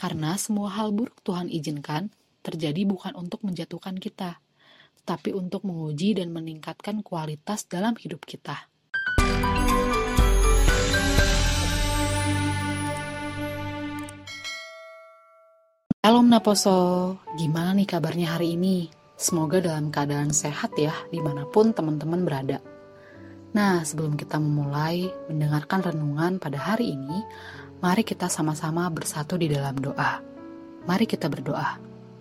Karena semua hal buruk Tuhan izinkan terjadi bukan untuk menjatuhkan kita, tapi untuk menguji dan meningkatkan kualitas dalam hidup kita. Halo Naposo, gimana nih kabarnya hari ini? Semoga dalam keadaan sehat ya, dimanapun teman-teman berada. Nah, sebelum kita memulai mendengarkan renungan pada hari ini, mari kita sama-sama bersatu di dalam doa. Mari kita berdoa.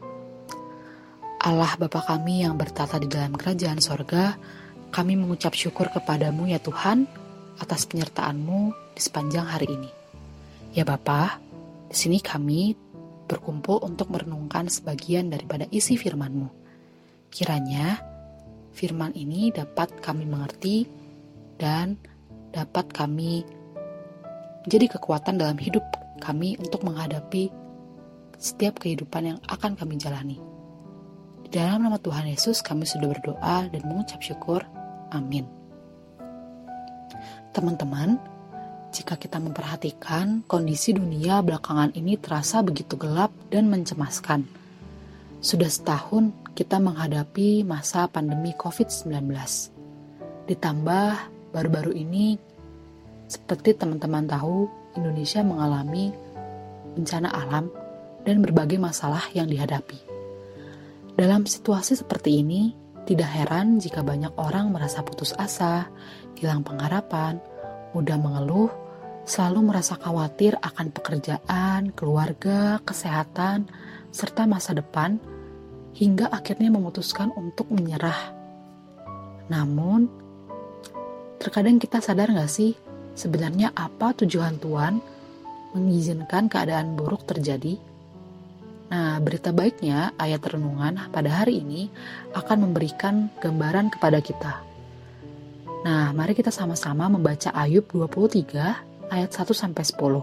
Allah Bapa kami yang bertata di dalam kerajaan sorga, kami mengucap syukur kepadamu ya Tuhan, atas penyertaan-Mu di sepanjang hari ini. Ya Bapa, di sini kami berkumpul untuk merenungkan sebagian daripada isi firman-Mu. Kiranya firman ini dapat kami mengerti dan dapat kami menjadi kekuatan dalam hidup kami untuk menghadapi setiap kehidupan yang akan kami jalani. Di dalam nama Tuhan Yesus kami sudah berdoa dan mengucap syukur. Amin. Teman-teman, jika kita memperhatikan, kondisi dunia belakangan ini terasa begitu gelap dan mencemaskan. Sudah setahun kita menghadapi masa pandemi COVID-19. Ditambah baru-baru ini, seperti teman-teman tahu, Indonesia mengalami bencana alam dan berbagai masalah yang dihadapi. Dalam situasi seperti ini, tidak heran jika banyak orang merasa putus asa, hilang pengharapan, mudah mengeluh, selalu merasa khawatir akan pekerjaan, keluarga, kesehatan, serta masa depan, hingga akhirnya memutuskan untuk menyerah. Namun, terkadang kita sadar gak sih, sebenarnya apa tujuan Tuhan mengizinkan keadaan buruk terjadi? Nah, berita baiknya, ayat renungan pada hari ini akan memberikan gambaran kepada kita. Nah, mari kita sama-sama membaca Ayub 23, ayat 1-10.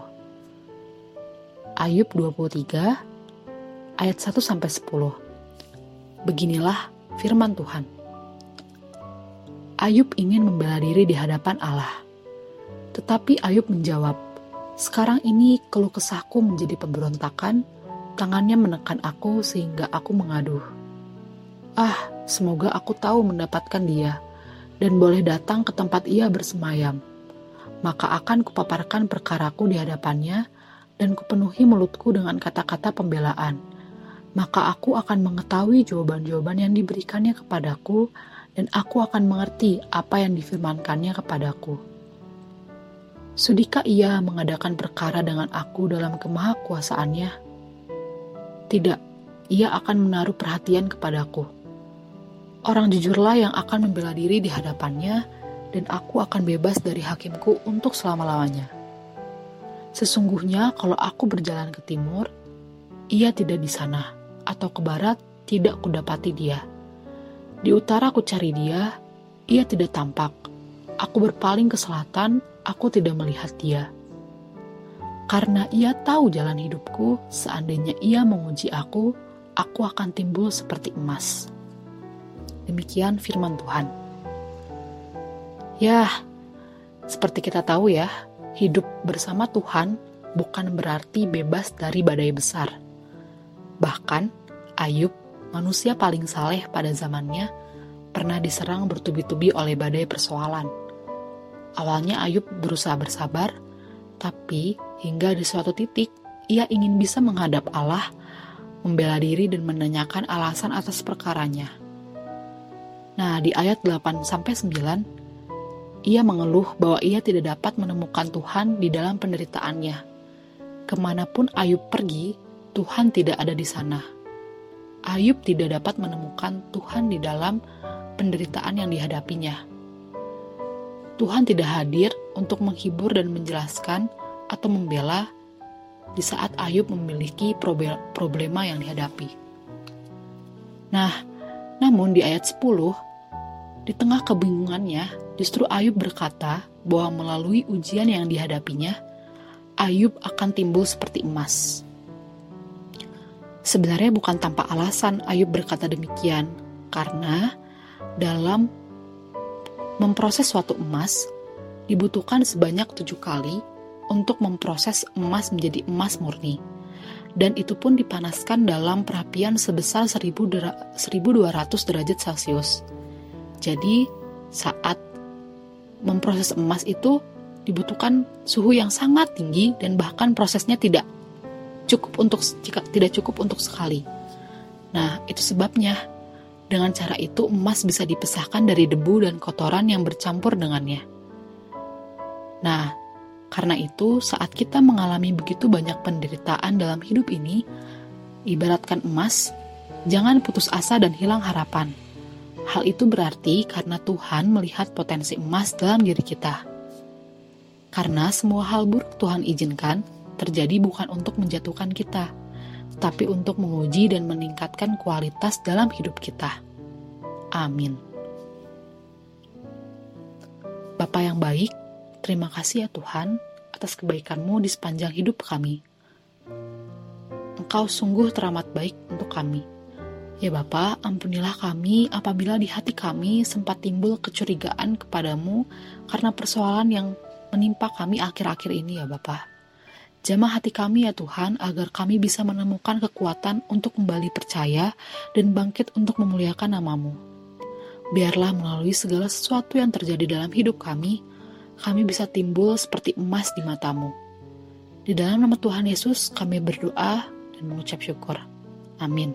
Ayub 23, ayat 1-10. Beginilah firman Tuhan. Ayub ingin membela diri di hadapan Allah. Tetapi Ayub menjawab, "Sekarang ini keluh kesahku menjadi pemberontakan, tangannya menekan aku sehingga aku mengaduh. Semoga aku tahu mendapatkan dia, dan boleh datang ke tempat ia bersemayam. Maka akan kupaparkan perkaraku di hadapannya, dan kupenuhi mulutku dengan kata-kata pembelaan. Maka aku akan mengetahui jawaban-jawaban yang diberikannya kepadaku, dan aku akan mengerti apa yang difirmankannya kepadaku. Sudikah ia mengadakan perkara dengan aku dalam kemahakuasaannya? Tidak, ia akan menaruh perhatian kepadaku. Orang jujurlah yang akan membela diri di hadapannya, dan aku akan bebas dari hakimku untuk selama-lamanya. Sesungguhnya kalau aku berjalan ke timur, ia tidak di sana, atau ke barat, tidak kudapati dia. Di utara aku cari dia, ia tidak tampak. Aku berpaling ke selatan, aku tidak melihat dia. Karena ia tahu jalan hidupku, seandainya ia menguji aku akan timbul seperti emas." Demikian firman Tuhan. Ya, seperti kita tahu ya, hidup bersama Tuhan bukan berarti bebas dari badai besar. Bahkan, Ayub, manusia paling saleh pada zamannya, pernah diserang bertubi-tubi oleh badai persoalan. Awalnya Ayub berusaha bersabar, tapi hingga di suatu titik, ia ingin bisa menghadap Allah, membela diri dan menanyakan alasan atas perkaranya. Nah, di ayat 8-9, ia mengeluh bahwa ia tidak dapat menemukan Tuhan di dalam penderitaannya. Kemanapun Ayub pergi, Tuhan tidak ada di sana. Ayub tidak dapat menemukan Tuhan di dalam penderitaan yang dihadapinya. Tuhan tidak hadir untuk menghibur dan menjelaskan atau membela di saat Ayub memiliki problema yang dihadapi. Nah, namun di ayat 10, di tengah kebingungannya, justru Ayub berkata bahwa melalui ujian yang dihadapinya, Ayub akan timbul seperti emas. Sebenarnya bukan tanpa alasan Ayub berkata demikian, karena dalam memproses suatu emas, dibutuhkan sebanyak 7 kali untuk memproses emas menjadi emas murni. dan itu pun dipanaskan dalam perapian sebesar 1200 derajat Celcius. Jadi saat memproses emas itu dibutuhkan suhu yang sangat tinggi dan bahkan prosesnya tidak cukup untuk sekali. Nah, itu sebabnya dengan cara itu emas bisa dipisahkan dari debu dan kotoran yang bercampur dengannya. Nah, karena itu saat kita mengalami begitu banyak penderitaan dalam hidup ini, ibaratkan emas, jangan putus asa dan hilang harapan. Hal itu berarti karena Tuhan melihat potensi emas dalam diri kita. Karena semua hal buruk Tuhan izinkan terjadi bukan untuk menjatuhkan kita, tapi untuk menguji dan meningkatkan kualitas dalam hidup kita. Amin. Bapa yang baik, terima kasih ya Tuhan atas kebaikan-Mu di sepanjang hidup kami. Engkau sungguh teramat baik untuk kami. Ya Bapa, ampunilah kami apabila di hati kami sempat timbul kecurigaan kepadamu karena persoalan yang menimpa kami akhir-akhir ini ya Bapa. Jamah hati kami ya Tuhan agar kami bisa menemukan kekuatan untuk kembali percaya dan bangkit untuk memuliakan nama-Mu. Biarlah melalui segala sesuatu yang terjadi dalam hidup kami bisa timbul seperti emas di mata-Mu. Di dalam nama Tuhan Yesus kami berdoa dan mengucap syukur. Amin.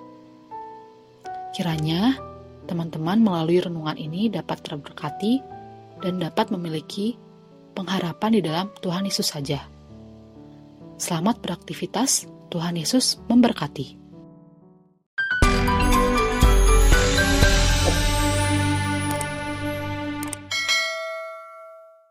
Kiranya teman-teman melalui renungan ini dapat terberkati dan dapat memiliki pengharapan di dalam Tuhan Yesus saja. Selamat beraktivitas, Tuhan Yesus memberkati.